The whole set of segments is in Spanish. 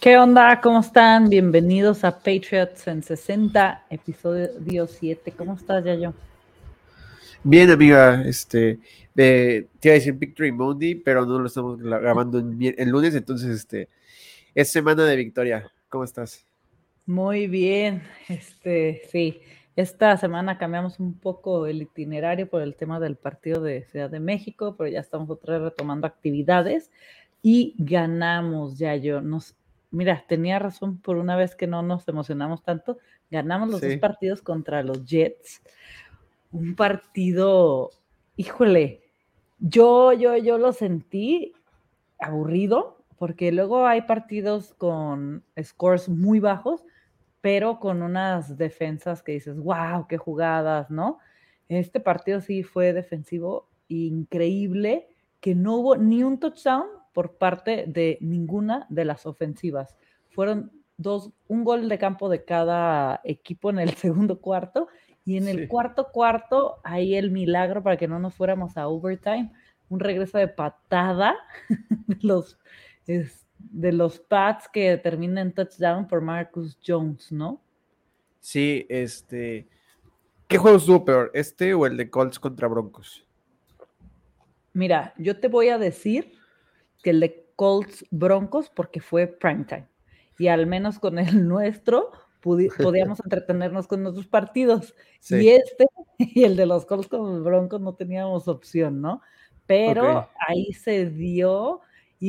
¿Qué onda? ¿Cómo están? Bienvenidos a Patriots en 60, episodio 7. ¿Cómo estás, Yayo? Bien, amiga, te iba a decir Victory Monday, pero no lo estamos grabando el lunes, entonces, es semana de victoria. ¿Cómo estás? Muy bien. Sí, esta semana cambiamos un poco el itinerario por el tema del partido de Ciudad de México, pero ya estamos otra vez retomando actividades y ganamos, Yayo. Mira, tenía razón por una vez que no nos emocionamos tanto. Ganamos los dos Sí, partidos contra los Jets. Un partido, híjole, yo lo sentí aburrido, porque luego hay partidos con scores muy bajos, pero con unas defensas que dices, wow, qué jugadas, ¿no? Este partido sí fue defensivo increíble, que no hubo ni un touchdown por parte de ninguna de las ofensivas. Fueron un gol de campo de cada equipo en el segundo cuarto, y en el sí. cuarto, ahí el milagro para que no nos fuéramos a overtime, un regreso de patada de los Pats que termina en touchdown por Marcus Jones, ¿no? Sí, ¿qué juego estuvo peor, este o el de Colts contra Broncos? Mira, yo te voy a decir que el de Colts Broncos porque fue primetime. Y al menos con el nuestro podíamos entretenernos con nuestros partidos. Y Sí, y el de los Colts con los Broncos no teníamos opción, ¿no? ok. Pero ahí se dio, y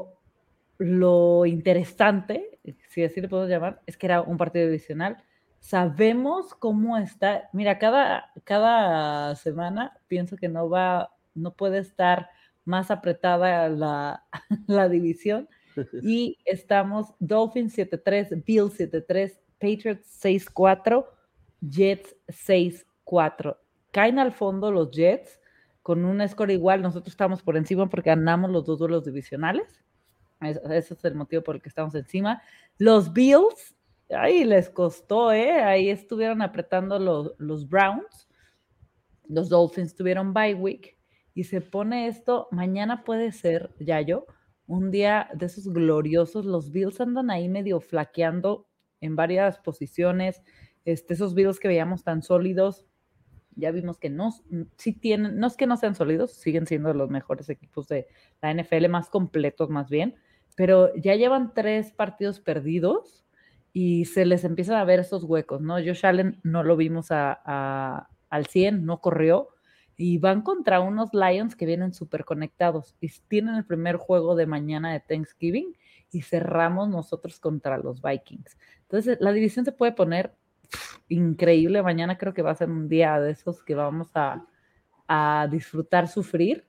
lo interesante, si así le podemos llamar, es que era un partido divisional. Sabemos cómo está. Mira, cada semana pienso que no puede estar más apretada la división. Y estamos Dolphins 7-3, Bills 7-3, Patriots 6-4, Jets 6-4. Caen al fondo los Jets con un score igual. Nosotros estamos por encima porque ganamos los dos duelos divisionales. Ese es el motivo por el que estamos encima. Los Bills, ahí les costó, ¿eh? Ahí estuvieron apretando los Browns. Los Dolphins tuvieron bye week y se pone esto. Mañana puede ser, Yayo, un día de esos gloriosos. Los Bills andan ahí medio flaqueando en varias posiciones. Esos Bills que veíamos tan sólidos, ya vimos que no, sí tienen, no es que no sean sólidos, siguen siendo los mejores equipos de la NFL, más completos más bien, pero ya llevan 3 partidos perdidos y se les empiezan a ver esos huecos, ¿no? Josh Allen no lo vimos al 100, no corrió, y van contra unos Lions que vienen súper conectados y tienen el primer juego de mañana de Thanksgiving y cerramos nosotros contra los Vikings. Entonces, la división se puede poner increíble. Mañana creo que va a ser un día de esos que vamos a disfrutar, sufrir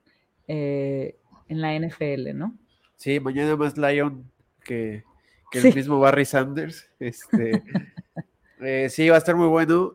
en la NFL, ¿no? Sí, mañana más Lion que el Sí, mismo Barry Sanders. Sí, va a estar muy bueno.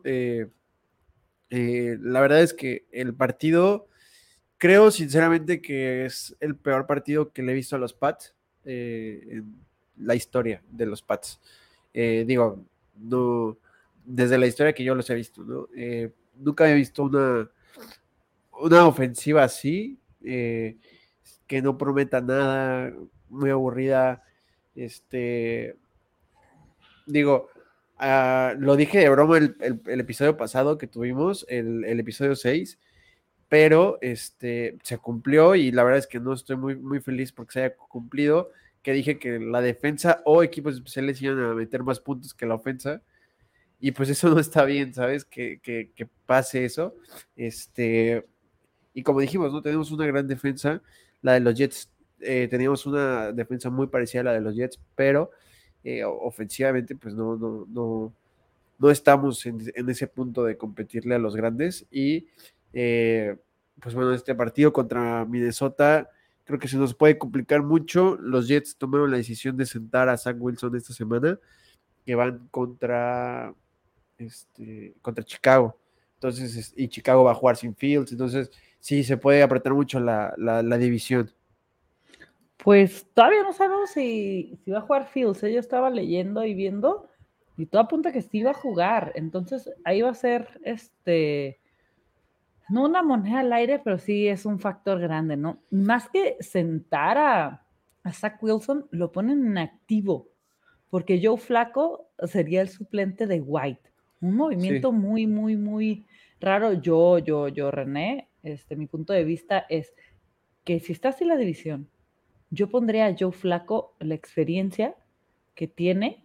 La verdad es que el partido, creo sinceramente que es el peor partido que le he visto a los Pats en la historia de los Pats. Digo, no, desde la historia que yo los he visto, ¿no? Nunca he visto una ofensiva así, que no prometa nada, muy aburrida. Este, digo, lo dije de broma el episodio pasado que tuvimos, el episodio 6, pero se cumplió y la verdad es que no estoy muy feliz porque se haya cumplido, que dije que la defensa o equipos especiales iban a meter más puntos que la ofensa, y pues eso no está bien, ¿sabes? Que pase eso. Y como dijimos, ¿no? Tenemos una gran defensa, la de los Jets, teníamos una defensa muy parecida a la de los Jets, pero ofensivamente pues no estamos en ese punto de competirle a los grandes. Y pues bueno, este partido contra Minnesota creo que se nos puede complicar mucho. Los Jets tomaron la decisión de sentar a Zach Wilson esta semana, que van contra Chicago. Entonces, y Chicago va a jugar sin Fields, entonces sí se puede apretar mucho la división. pues todavía no sabemos si va a jugar Fields. Yo estaba leyendo y viendo y todo apunta que sí va a jugar. Entonces ahí va a ser no una moneda al aire, pero sí es un factor grande, ¿no? Más que sentar a Zach Wilson, lo ponen en activo. porque Joe Flacco sería el suplente de White. Un Sí, movimiento muy, muy, muy raro. René, mi punto de vista es que si está así la división, yo pondría a Joe Flacco la experiencia que tiene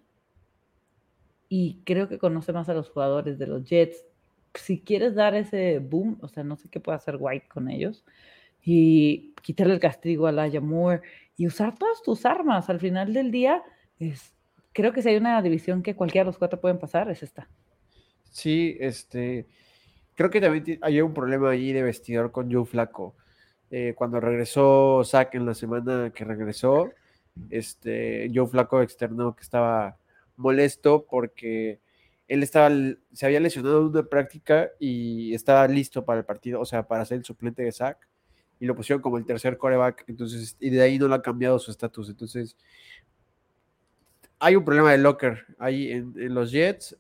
y creo que conoce más a los jugadores de los Jets. Si quieres dar ese boom, o sea, no sé qué puede hacer White con ellos, y quitarle el castigo a Laia Moore y usar todas tus armas. Al final del día, es, creo que si hay una división que cualquiera de los cuatro pueden pasar, es esta. sí, creo que también hay un problema ahí de vestidor con Joe Flaco. Cuando regresó Zach en la semana que regresó, Joe Flaco externó que estaba molesto porque él se había lesionado en una práctica y estaba listo para el partido, o sea, para ser el suplente de Zach, y lo pusieron como el tercer coreback, entonces, y de ahí no le ha cambiado su estatus. Entonces, hay un problema de locker ahí en los Jets,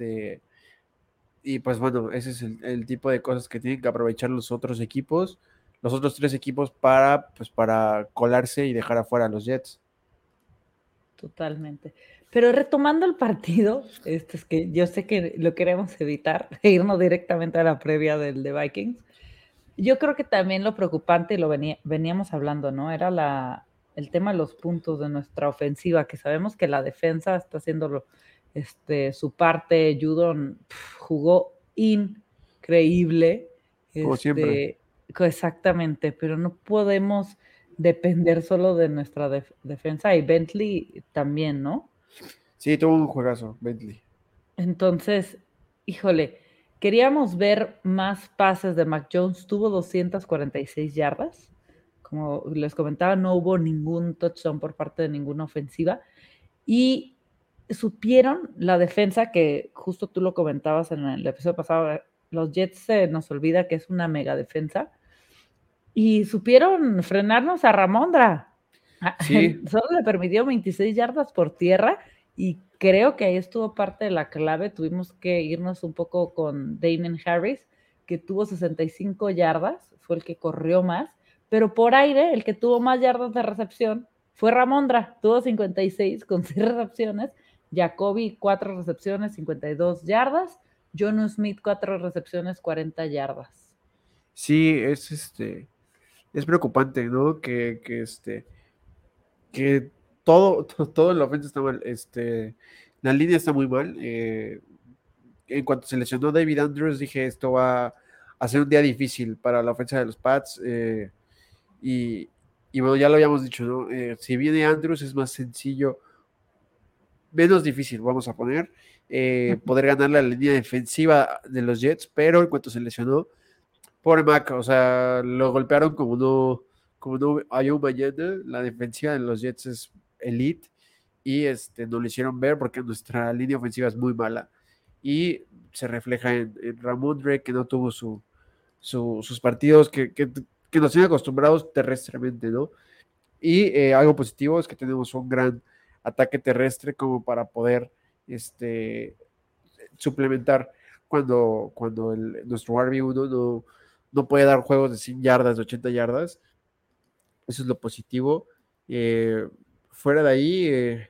y pues bueno, ese es el tipo de cosas que tienen que aprovechar los otros equipos, los otros tres equipos para colarse y dejar afuera a los Jets. Totalmente. Pero retomando el partido, es que yo sé que lo queremos evitar, e irnos directamente a la previa del de Vikings. Yo creo que también lo preocupante, y lo veníamos hablando, ¿no? Era el tema de los puntos de nuestra ofensiva, que sabemos que la defensa está haciendo su parte. Judon jugó increíble, Como siempre. exactamente, pero no podemos depender solo de nuestra defensa, y Bentley también, ¿no? Sí, tuvo un juegazo, Bentley. Entonces, híjole, queríamos ver más pases de Mac Jones. Tuvo 246 yardas. Como les comentaba, no hubo ningún touchdown por parte de ninguna ofensiva. Y supieron la defensa, que justo tú lo comentabas en el episodio pasado, los Jets se nos olvida que es una mega defensa. Y supieron frenarnos a Ramondra. Sí, Solo le permitió 26 yardas por tierra y creo que ahí estuvo parte de la clave. Tuvimos que irnos un poco con Damien Harris, que tuvo 65 yardas, fue el que corrió más, pero por aire el que tuvo más yardas de recepción fue Ramondra, tuvo 56 con 6 recepciones, Jacoby 4 recepciones, 52 yardas, Jonnu Smith 4 recepciones, 40 yardas. sí, es preocupante, ¿no? Que todo en la ofensa está mal. La línea está muy mal. En cuanto se lesionó David Andrews, dije esto va a ser un día difícil para la ofensa de los Pats. Y, y bueno, ya lo habíamos dicho, ¿no? Si viene Andrews es más sencillo, menos difícil, vamos a poner, poder ganar la línea defensiva de los Jets, pero en cuanto se lesionó, pobre Mac, o sea, lo golpearon como no hay un mañana. La defensiva de los Jets es elite y nos lo hicieron ver porque nuestra línea ofensiva es muy mala y se refleja en Ramondre, que no tuvo sus partidos que nos tiene acostumbrados terrestremente, ¿no? Y algo positivo es que tenemos un gran ataque terrestre como para poder suplementar cuando nuestro RB1 no puede dar juegos de 100 yardas, de 80 yardas. Eso es lo positivo. Eh, Fuera de ahí,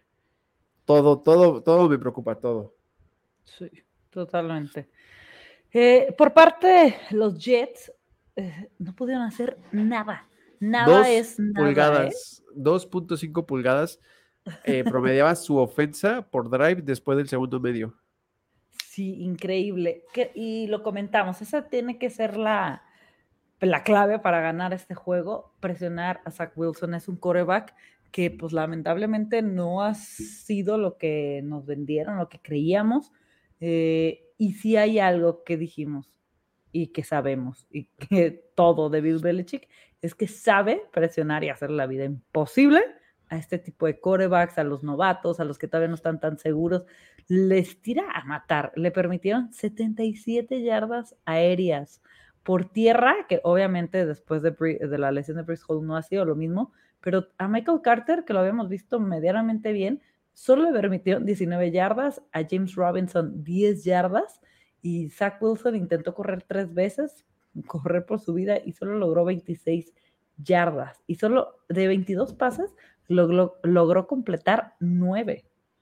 todo me preocupa, todo. Sí, totalmente. Por parte de los Jets, no pudieron hacer nada. Nada Dos es nada, ¿eh? pulgadas, 2.5 pulgadas promediaba su ofensa por drive después del segundo medio. Sí, increíble. Y lo comentamos, esa tiene que ser la clave para ganar este juego, presionar a Zach Wilson. Es un quarterback que pues lamentablemente no ha sido lo que nos vendieron, lo que creíamos. Y sí hay algo que dijimos y que sabemos, y que todo de Bill Belichick es que sabe presionar y hacer la vida imposible a este tipo de quarterbacks, a los novatos, a los que todavía no están tan seguros. Les tira a matar. Le permitieron 77 yardas aéreas por tierra, que obviamente después de la lesión de Breece Hall no ha sido lo mismo, pero a Michael Carter, que lo habíamos visto medianamente bien, solo le permitieron 19 yardas, a James Robinson 10 yardas, y Zach Wilson intentó correr 3 veces, correr por su vida, y solo logró 26 yardas. Y solo de 22 pases logró completar 9.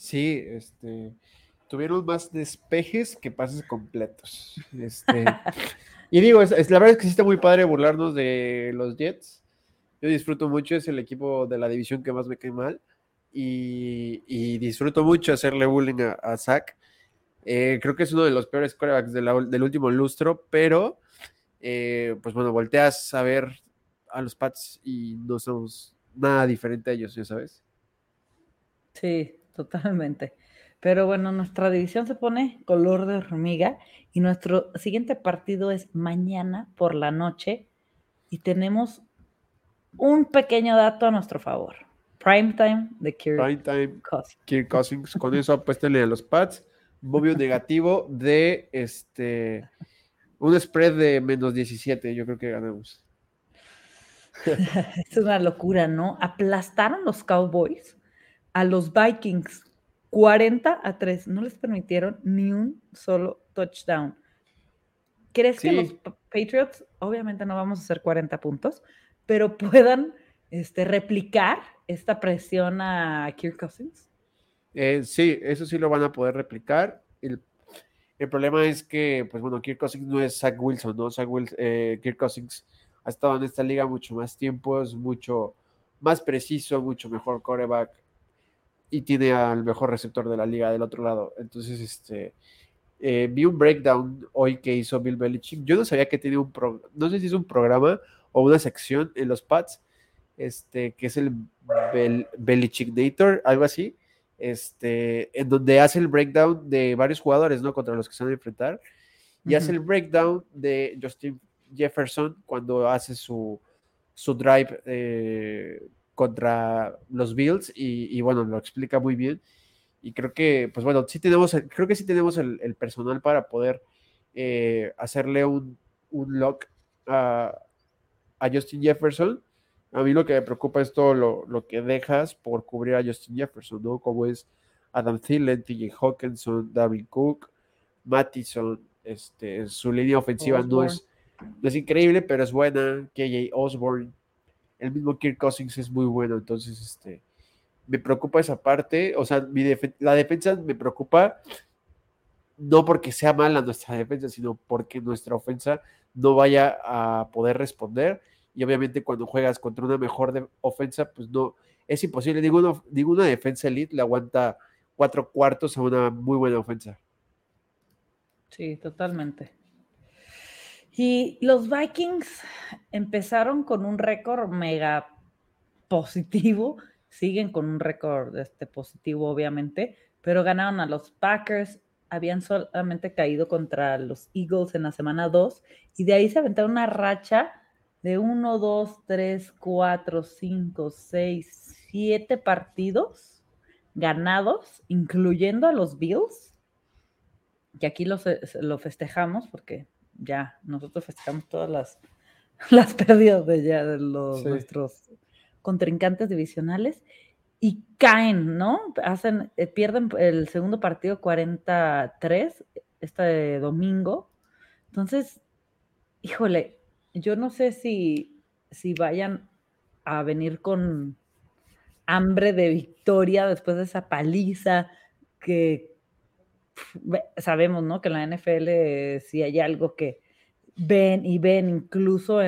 Sí, tuvieron más despejes que pases completos. Y digo, la verdad es que sí está muy padre burlarnos de los Jets. Yo disfruto mucho, es el equipo de la división que más me cae mal. Y disfruto mucho hacerle bullying a Zach. Creo que es uno de los peores quarterbacks del último lustro, pero pues bueno, volteas a ver a los Pats y no somos nada diferente a ellos, ya sabes. Sí, totalmente. Pero bueno, nuestra división se pone color de hormiga y nuestro siguiente partido es mañana por la noche y tenemos un pequeño dato a nuestro favor. Primetime de Kirk Prime time, Cousins. Kirk Cousins, con eso apuéstenle a los Pats. Bobio negativo de un spread de -17, yo creo que ganamos. Es una locura, ¿no? Aplastaron los Cowboys a los Vikings 40-3. No les permitieron ni un solo touchdown. ¿Crees que los Sí, Patriots, obviamente no vamos a hacer 40 puntos, pero puedan replicar esta presión a Kirk Cousins? sí, eso sí lo van a poder replicar. El problema es que, pues bueno, Kirk Cousins no es Zach Wilson, ¿no? Kirk Cousins ha estado en esta liga mucho más tiempo, es mucho más preciso, mucho mejor quarterback y tiene al mejor receptor de la liga del otro lado. Entonces, vi un breakdown hoy que hizo Bill Belichick. Yo no sabía que tenía no sé si es un programa o una sección en los Pats, que es el Belichicknator, algo así, en donde hace el breakdown de varios jugadores, ¿no? Contra los que se van a enfrentar. Y hace Ujú. el breakdown de Justin Jefferson cuando hace su drive contra los Bills y bueno, lo explica muy bien. Y creo que, pues bueno, creo que sí tenemos el personal para poder hacerle un lock a Justin Jefferson. A mí lo que me preocupa es todo lo que dejas por cubrir a Justin Jefferson, ¿no? Como es Adam Thielen, TJ Hawkinson, Dalvin Cook, Mattison, su línea ofensiva Osborne. no es increíble, pero es buena. KJ Osborne, el mismo Kirk Cousins es muy bueno, entonces, me preocupa esa parte, o sea, la defensa me preocupa no porque sea mala nuestra defensa, sino porque nuestra ofensa no vaya a poder responder. Y obviamente cuando juegas contra una mejor ofensa, pues no, es imposible. Ninguna defensa elite le aguanta 4 cuartos a una muy buena ofensa. Sí, totalmente. Y los Vikings empezaron con un récord mega positivo, siguen con un récord positivo, obviamente, pero ganaron a los Packers, habían solamente caído contra los Eagles en la semana 2 y de ahí se aventaron una racha de 1, 2, 3, 4, 5, 6, 7 partidos ganados, incluyendo a los Bills, que aquí lo festejamos porque ya nosotros festejamos todas las pérdidas de Sí. nuestros contrincantes divisionales y caen, ¿no? Pierden el segundo partido 40-3 este domingo. Entonces, híjole, yo no sé si vayan a venir con hambre de victoria después de esa paliza que sabemos, ¿no? Que en la NFL sí hay algo que ven y ven incluso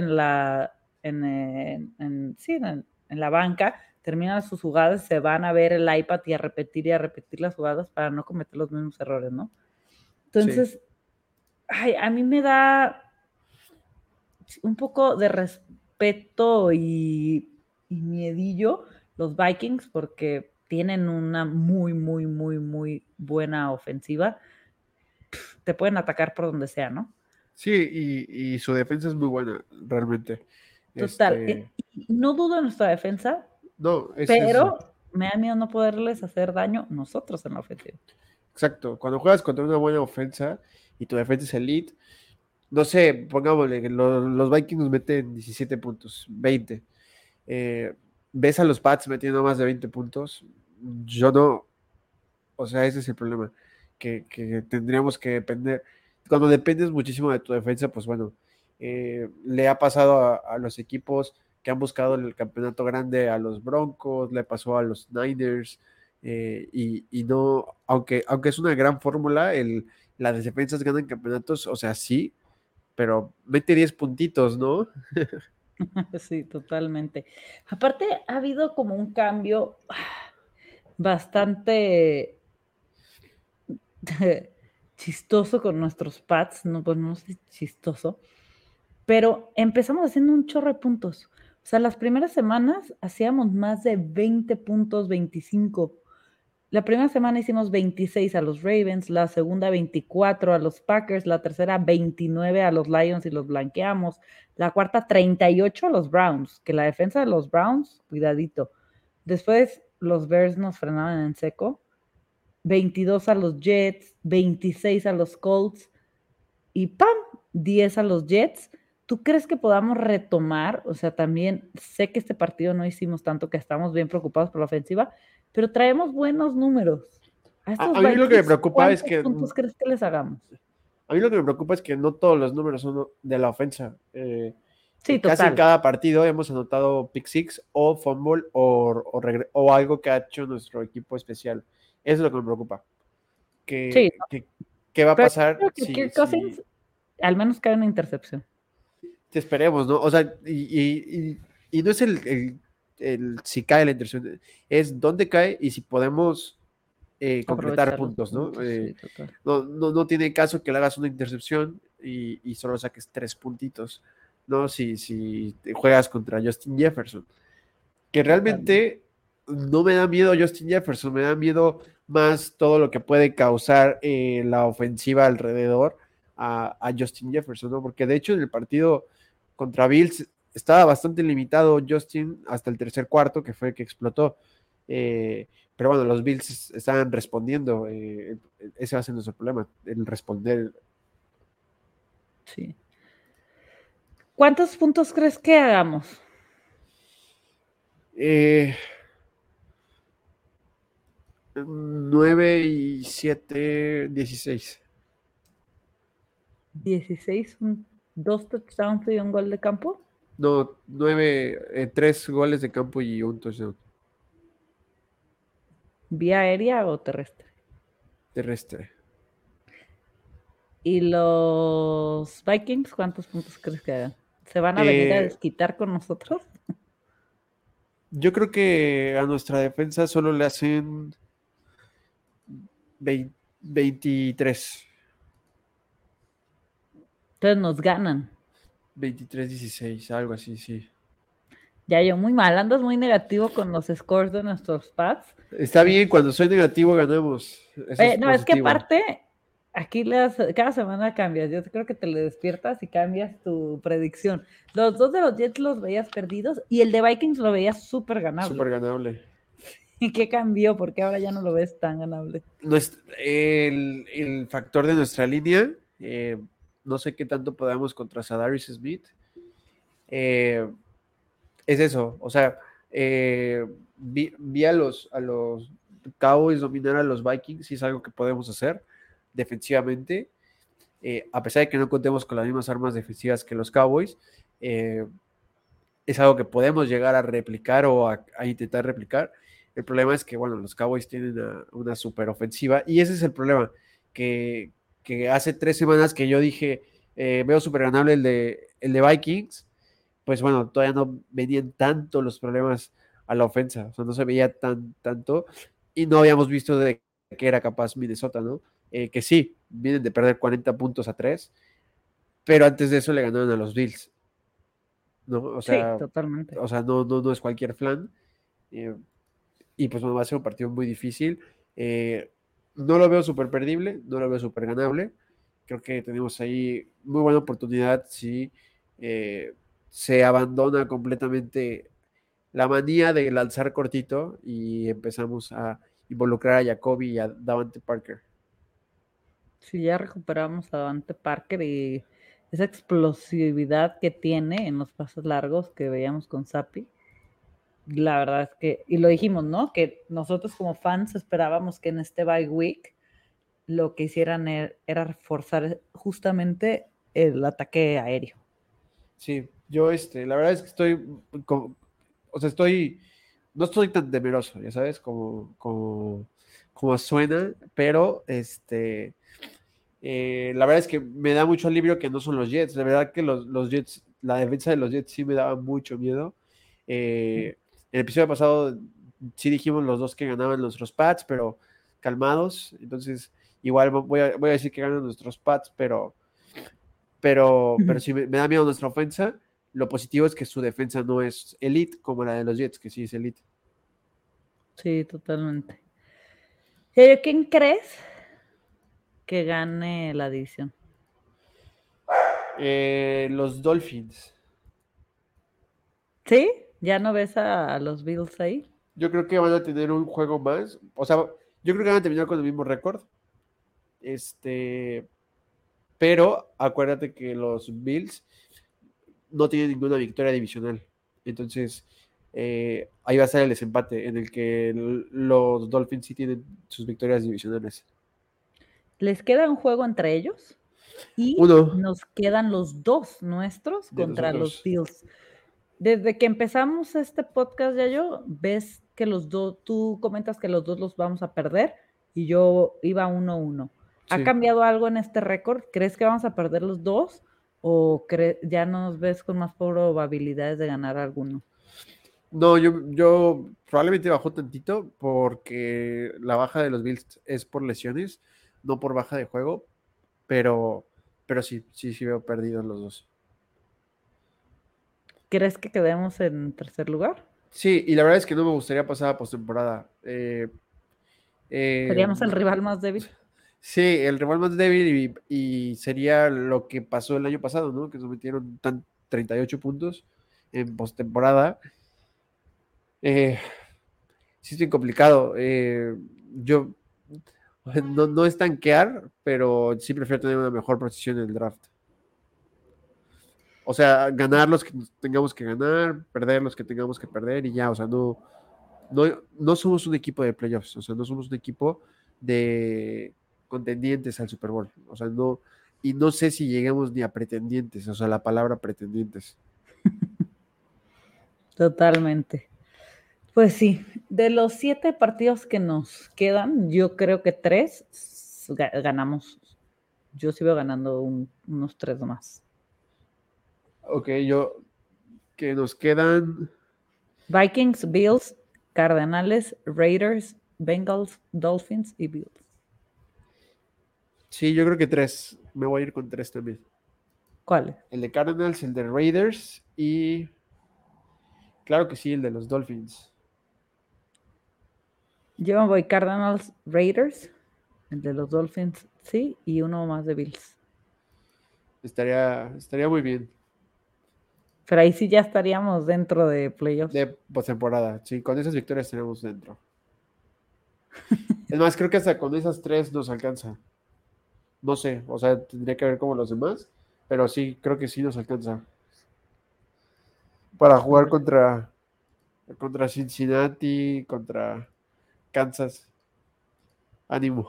en la banca, terminan sus jugadas, se van a ver el iPad y a repetir las jugadas para no cometer los mismos errores, ¿no? Sí. Entonces, ay, a mí me da un poco de respeto y miedillo los Vikings porque tienen una muy, muy, muy, muy buena ofensiva. Te pueden atacar por donde sea, ¿no? Sí, y su defensa es muy buena, realmente. Total. Este, No dudo en nuestra defensa, no, ese es pero me da miedo no poderles hacer daño nosotros en la ofensiva. exacto. Cuando juegas contra una buena ofensa y tu defensa es elite, no sé, pongámosle que los Vikings nos meten 17 puntos, 20. Ves a los Pats metiendo más de 20 puntos. Yo no, o sea, ese es el problema, que tendríamos que depender. Cuando dependes muchísimo de tu defensa, pues bueno, le ha pasado a los equipos que han buscado el campeonato grande, a los Broncos, le pasó a los Niners, y no, aunque es una gran fórmula, las defensas ganan campeonatos, o sea, sí, pero mete 10 puntitos, ¿no? Sí, totalmente. Aparte, ha habido como un cambio bastante chistoso con nuestros pads, no, pues no sé, chistoso, pero empezamos haciendo un chorro de puntos. O sea, las primeras semanas hacíamos más de 20 puntos, 25. La primera semana hicimos 26 a los Ravens, la segunda 24 a los Packers, la tercera 29 a los Lions y los blanqueamos, la cuarta 38 a los Browns, que la defensa de los Browns, cuidadito. Después los Bears nos frenaban en seco, 22 a los Jets, 26 a los Colts y ¡pam! 10 a los Jets. ¿Tú crees que podamos retomar? O sea, también sé que este partido no hicimos tanto, que estamos bien preocupados por la ofensiva, pero traemos buenos números. A estos A mí lo que me Vikings, preocupa es ¿cuántos que puntos crees que les hagamos? a mí lo que me preocupa es que no todos los números son de la ofensa. Sí, Casi en total. cada partido hemos anotado pick six o fumble o algo que ha hecho nuestro equipo especial. Eso es lo que me preocupa. Sí, ¿Qué va a pero pasar creo que si, Kirk Cousins al menos cae una intercepción. te esperemos, ¿no? O sea, y no es si cae la intercepción, es dónde cae y si podemos concretar Aprovechar los puntos, ¿no? puntos, sí, total. No tiene caso que le hagas una intercepción y solo saques 3 puntitos, ¿no? Si te juegas contra Justin Jefferson, que Totalmente. realmente no me da miedo Justin Jefferson, me da miedo más todo lo que puede causar la ofensiva alrededor a Justin Jefferson, ¿no? Porque de hecho en el partido contra Bills estaba bastante limitado Justin hasta el tercer cuarto, que fue el que explotó. Pero bueno, los Bills estaban respondiendo. Ese va a ser nuestro problema, el responder. Sí. ¿Cuántos puntos crees que hagamos? 9 y 7, 16. 16, dos touchdowns y un gol de campo. No, 3 goles de campo y un touchdown ¿Vía aérea o terrestre? terrestre. ¿Y los Vikings cuántos puntos crees que hagan? ¿Se van a venir a Eh, desquitar con nosotros? yo creo que a nuestra defensa solo le hacen 23, Entonces nos ganan. 16, algo así, sí. Ya yo muy mal, andas muy negativo con los scores de nuestros pads. Está bien, cuando soy negativo ganamos. Eso es No, es que positivo. aparte, aquí cada semana cambias. Yo creo que te le despiertas y cambias tu predicción. Los dos de los Jets los veías perdidos y el de Vikings lo veías súper Súper ganable. ganable. ¿Y qué cambió? Porque ahora ya no lo ves tan ganable. El factor de nuestra línea, no sé qué tanto podamos contra Zadarius Smith. eh, es eso, o sea, vi a los Cowboys dominar a los Vikings y es algo que podemos hacer defensivamente, a pesar de que no contemos con las mismas armas defensivas que los Cowboys, eh, es algo que podemos llegar a replicar o a intentar replicar. El problema es que, bueno, los Cowboys tienen una super ofensiva y ese es el problema, que, que hace 3 semanas que yo dije, veo súper ganable el de Vikings, pues bueno, todavía no venían tanto los problemas a la ofensa, o sea, no se veía tanto y no habíamos visto de qué era capaz Minnesota, ¿no? Que sí, vienen de perder 40 puntos a 3, pero antes de eso le ganaron a los Bills, ¿no? Sí, totalmente. O sea no es cualquier flan, eh, y pues bueno, va a ser un partido muy difícil. Eh, no lo veo súper perdible, no lo veo súper ganable. Creo que tenemos ahí muy buena oportunidad si se abandona completamente la manía de lanzar cortito y empezamos a involucrar a Jacoby y a Davante Parker. Si ya recuperamos a Davante Parker y esa explosividad que tiene en los pasos largos que veíamos con Sapi, la verdad es que, y lo dijimos, ¿no? Que nosotros como fans esperábamos que en este bye week lo que hicieran era reforzar justamente el ataque aéreo. Sí, yo la verdad es que o sea, estoy no estoy tan temeroso, ya sabes, como suena, pero la verdad es que me da mucho alivio que no son los Jets. La verdad que los Jets, la defensa de los Jets sí me daba mucho miedo. El episodio pasado sí dijimos los dos que ganaban nuestros Pats, pero calmados. Entonces, igual voy a decir que ganan nuestros Pats, pero sí me da miedo nuestra ofensa. Lo positivo es que su defensa no es elite como la de los Jets, que sí es elite. Sí, totalmente. ¿Quién crees que gane la división? Los Dolphins. ¿Sí? ¿Ya no ves a los Bills ahí? Yo creo que van a tener un juego más. O sea, yo creo que van a terminar con el mismo récord. Este, pero acuérdate que los Bills no tienen ninguna victoria divisional. Entonces, ahí va a ser el desempate en el que los Dolphins sí tienen sus victorias divisionales. Les queda un juego entre ellos y Uno nos quedan los dos nuestros de contra los nosotros. Bills. Desde que empezamos este podcast, ves que los dos, tú comentas que los dos los vamos a perder y yo iba 1-1. ¿Ha Sí. cambiado algo en este récord? ¿Crees que vamos a perder los dos o ya nos ves con más probabilidades de ganar alguno? No, yo probablemente bajó tantito porque la baja de los Bills es por lesiones, no por baja de juego, pero, pero sí veo perdidos los dos. ¿Crees que quedemos en tercer lugar? Sí, y la verdad es que no me gustaría pasar a postemporada. Eh, ¿Seríamos el rival más débil? sí, el rival más débil y sería lo que pasó el año pasado, ¿no? Que nos metieron 38 puntos en postemporada. Eh, sí, estoy complicado. Yo no es tanquear, pero sí prefiero tener una mejor posición en el draft. O sea, ganar los que tengamos que ganar, perder los que tengamos que perder y ya, o sea, no somos un equipo de playoffs, o sea, no somos un equipo de contendientes al Super Bowl, o sea, y no sé si lleguemos ni a pretendientes, o sea, la palabra pretendientes. Totalmente. Pues sí, de los 7 partidos que nos quedan, yo creo que 3 ganamos. Yo sigo ganando unos 3 más. Ok, que nos quedan, Vikings, Bills, Cardenales, Raiders, Bengals, Dolphins y Bills. sí, yo creo que tres, me voy a ir con tres también. ¿Cuáles? El de Cardinals, el de Raiders y claro que sí, el de los Dolphins. Yo me voy Cardinals, Raiders, el de los Dolphins, sí, y uno más de Bills. Estaría muy bien. Pero ahí sí ya estaríamos dentro de playoffs. De postemporada, sí, con esas victorias tenemos dentro. Es más, creo que hasta con esas tres nos alcanza. No sé, o sea, tendría que ver como los demás, pero sí, creo que sí nos alcanza. Para jugar contra Cincinnati, contra Kansas. Ánimo,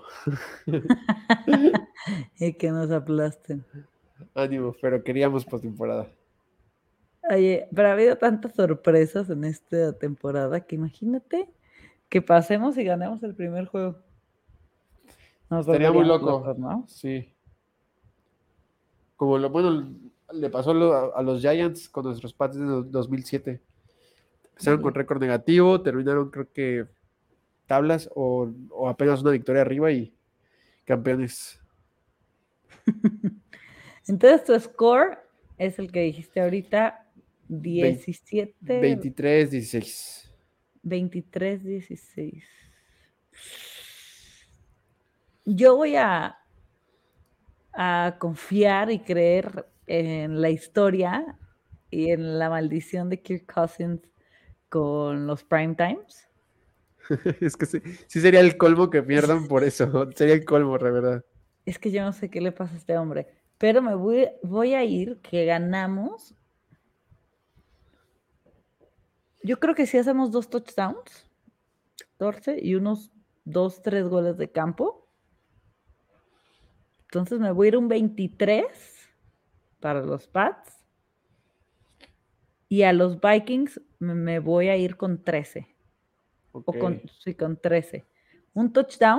Y que nos aplasten. ánimo, pero queríamos postemporada. Oye, pero ha habido tantas sorpresas en esta temporada que imagínate que pasemos y ganemos el primer juego. Nos Estaría muy volveríamos loco, locos, ¿no? sí. Como bueno, le pasó a los Giants con nuestros Pats de 2007. Empezaron con récord negativo, terminaron creo que tablas o apenas una victoria arriba y campeones. Entonces tu score es el que dijiste ahorita, 17, 23-16. 23-16. Yo voy a confiar y creer en la historia y en la maldición de Kirk Cousins con los prime times. Es que sí sería el colmo que pierdan por eso. Sería el colmo, la verdad. Es que yo no sé qué le pasa a este hombre, pero voy a ir que ganamos. Yo creo que si hacemos 2 touchdowns, 14 y unos 2, 3 goles de campo. Entonces me voy a ir un 23 para los Pats y a los Vikings me voy a ir con 13. Ok. Sí, con 13. Un touchdown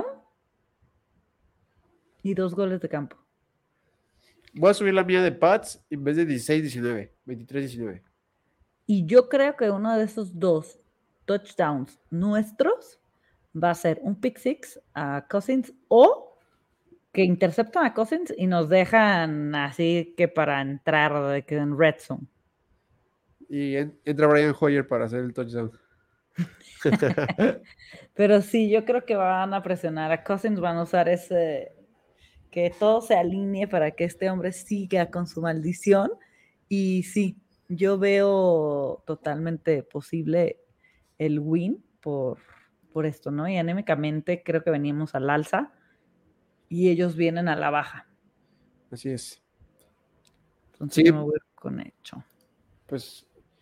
y 2 goles de campo. Voy a subir la mía de Pats en vez de 16-19, 23-19. Y yo creo que uno de esos 2 touchdowns nuestros va a ser un pick six a Cousins o que interceptan a Cousins y nos dejan así que para entrar de que en red zone. Y entra Brian Hoyer para hacer el touchdown. Pero sí, yo creo que van a presionar a Cousins, van a usar ese, que todo se alinee para que este hombre siga con su maldición. Y sí, yo veo totalmente posible el win por esto, ¿no? Y anímicamente creo que venimos al alza y ellos vienen a la baja. Así es. Entonces yo me Sí, voy con hecho. pues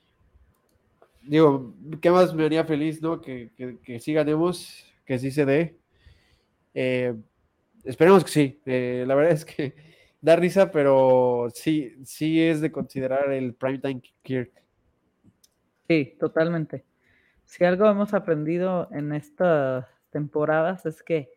digo, ¿qué más me haría feliz, no? Que sí ganemos, que sí se dé. Eh, Esperemos que sí. La verdad es que da risa, pero sí, sí es de considerar el primetime Kirk. Sí, totalmente. Si algo hemos aprendido en estas temporadas es que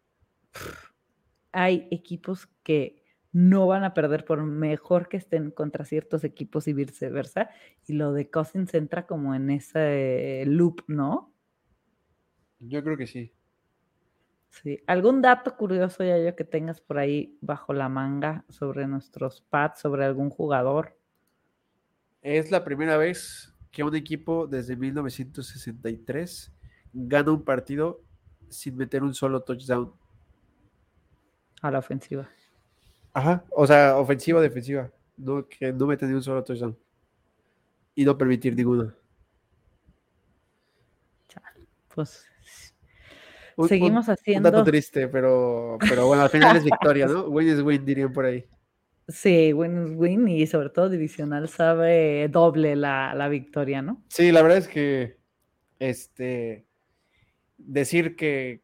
hay equipos que no van a perder por mejor que estén contra ciertos equipos y viceversa. Y lo de Cousins entra como en ese loop, ¿no? Yo creo que sí. Sí. ¿Algún dato curioso, Yayo, que tengas por ahí bajo la manga sobre nuestros pads, sobre algún jugador? Es la primera vez que un equipo desde 1963 gana un partido sin meter un solo touchdown. A la ofensiva. Ajá, o sea, ofensiva o defensiva. No, que no meten ni un solo touchdown. Y no permitir ninguno. Chale. Pues Un, un- seguimos un dato haciendo. triste, pero bueno, al final es victoria, ¿no? Win is win, dirían por ahí. Sí, win is win y sobre todo divisional sabe doble la victoria, ¿no? Sí, la verdad es que este decir que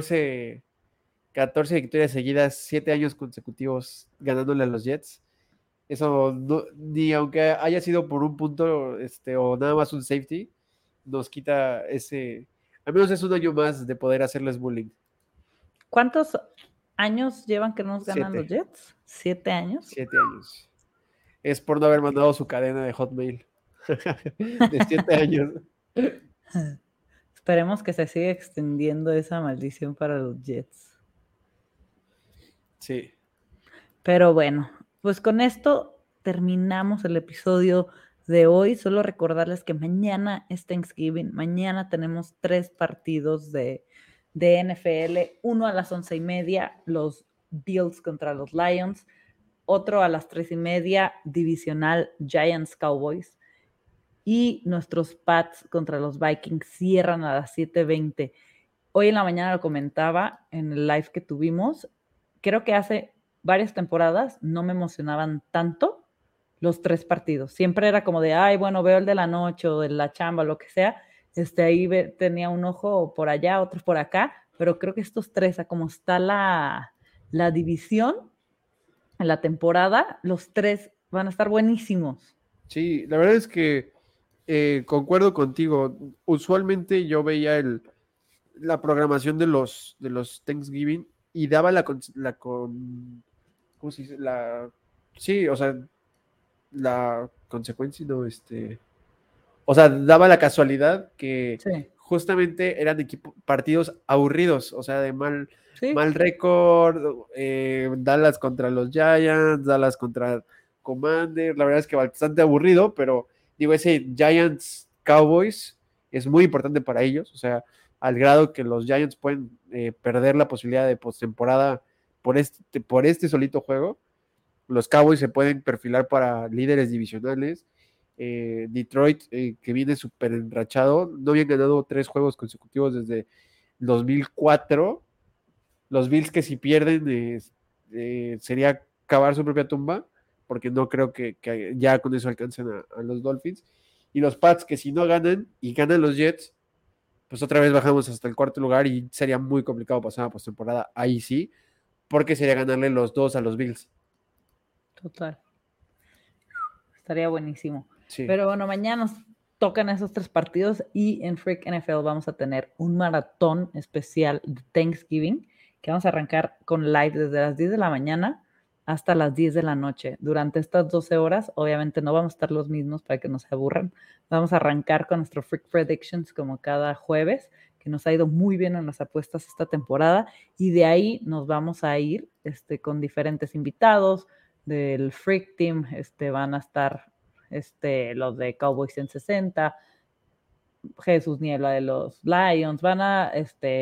14 victorias seguidas, 7 años consecutivos ganándole a los Jets, eso ni aunque haya sido por un punto o nada más un safety, nos quita ese, al menos es un año más de poder hacerles bullying. ¿Cuántos años llevan que no nos ganan los 7, Jets? ¿7 años? 7 años. Es por no haber mandado su cadena de Hotmail de 7 años. Esperemos que se siga extendiendo esa maldición para los Jets. Sí, Pero bueno, pues con esto terminamos el episodio de hoy. Solo recordarles que mañana es Thanksgiving. Mañana tenemos 3 partidos de NFL. Uno a las 11:30, los Bills contra los Lions. Otro a las 3:30, divisional Giants Cowboys. Y nuestros Pats contra los Vikings cierran a las 7:20. Hoy en la mañana lo comentaba en el live que tuvimos. Creo que hace varias temporadas no me emocionaban tanto los 3 partidos. Siempre era como de, ay, bueno, veo el de la noche o de la chamba, lo que sea. Ahí tenía un ojo por allá, otro por acá, pero creo que estos 3, a como está la división en la temporada, los 3 van a estar buenísimos. sí, la verdad es que concuerdo contigo. Usualmente yo veía la programación de los Thanksgiving y daba ¿cómo se dice? Sí, o sea, la consecuencia, no, o sea, daba la casualidad que Sí, justamente eran partidos aburridos, o sea, de sí, mal récord, Dallas contra los Giants, Dallas contra Commander, la verdad es que bastante aburrido, pero digo, ese Giants Cowboys es muy importante para ellos, o sea, al grado que los Giants pueden perder la posibilidad de postemporada por este solito juego, los Cowboys se pueden perfilar para líderes divisionales. Detroit, que viene súper enrachado, no habían ganado 3 juegos consecutivos desde 2004. Los Bills que si pierden sería cavar su propia tumba, porque no creo que ya con eso alcancen a los Dolphins. Y los Pats que si no ganan y ganan los Jets, pues otra vez bajamos hasta el cuarto lugar y sería muy complicado pasar a postemporada. Ahí sí, porque sería ganarle los dos a los Bills. total. Estaría buenísimo. Sí. Pero bueno, mañana nos tocan esos 3 partidos y en Freak NFL vamos a tener un maratón especial de Thanksgiving que vamos a arrancar con live desde las 10 de la mañana hasta las 10 de la noche. Durante estas 12 horas, obviamente no vamos a estar los mismos para que no se aburran. Vamos a arrancar con nuestro Freak Predictions como cada jueves, que nos ha ido muy bien en las apuestas esta temporada, y de ahí nos vamos a ir con diferentes invitados del Freak Team. Van a estar los de Cowboys en 60, Jesús Niebla de los Lions, van a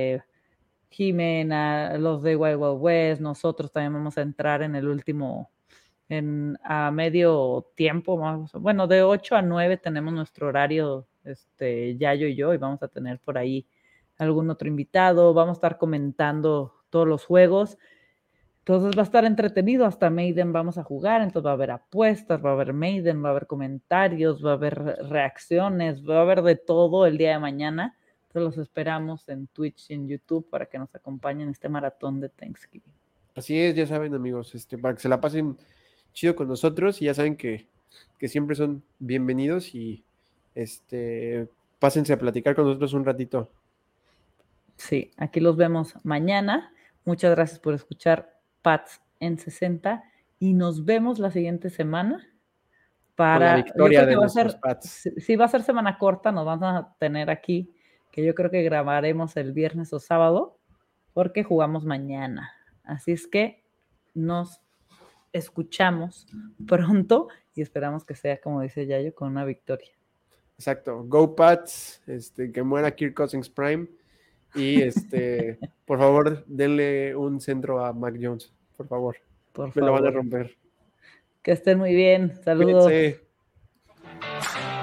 Jimena, los de Wild Wild West, nosotros también vamos a entrar en el último, a medio tiempo, bueno, de 8 a 9 tenemos nuestro horario, Yayo y yo, y vamos a tener por ahí algún otro invitado, vamos a estar comentando todos los juegos. Entonces va a estar entretenido, hasta Maiden vamos a jugar, entonces va a haber apuestas, va a haber Maiden, va a haber comentarios, va a haber reacciones, va a haber de todo el día de mañana. Entonces los esperamos en Twitch y en YouTube para que nos acompañen en este maratón de Thanksgiving. Así es, ya saben, amigos, para que se la pasen chido con nosotros y ya saben que siempre son bienvenidos y pásense a platicar con nosotros un ratito. Sí, aquí los vemos mañana. Muchas gracias por escuchar Pats en 60 y nos vemos la siguiente semana para con la victoria de nuestros Pats. Sí, va a ser semana corta, nos van a tener aquí, que yo creo que grabaremos el viernes o sábado, porque jugamos mañana. Así es que nos escuchamos pronto y esperamos que sea, como dice Yayo, con una victoria. Exacto. Go Pats, que muera Kirk Cousins Prime. Y por favor, denle un centro a Mac Jones, por favor. Por Me lo van a favor. romper. Que estén muy bien. Saludos. Cuídense.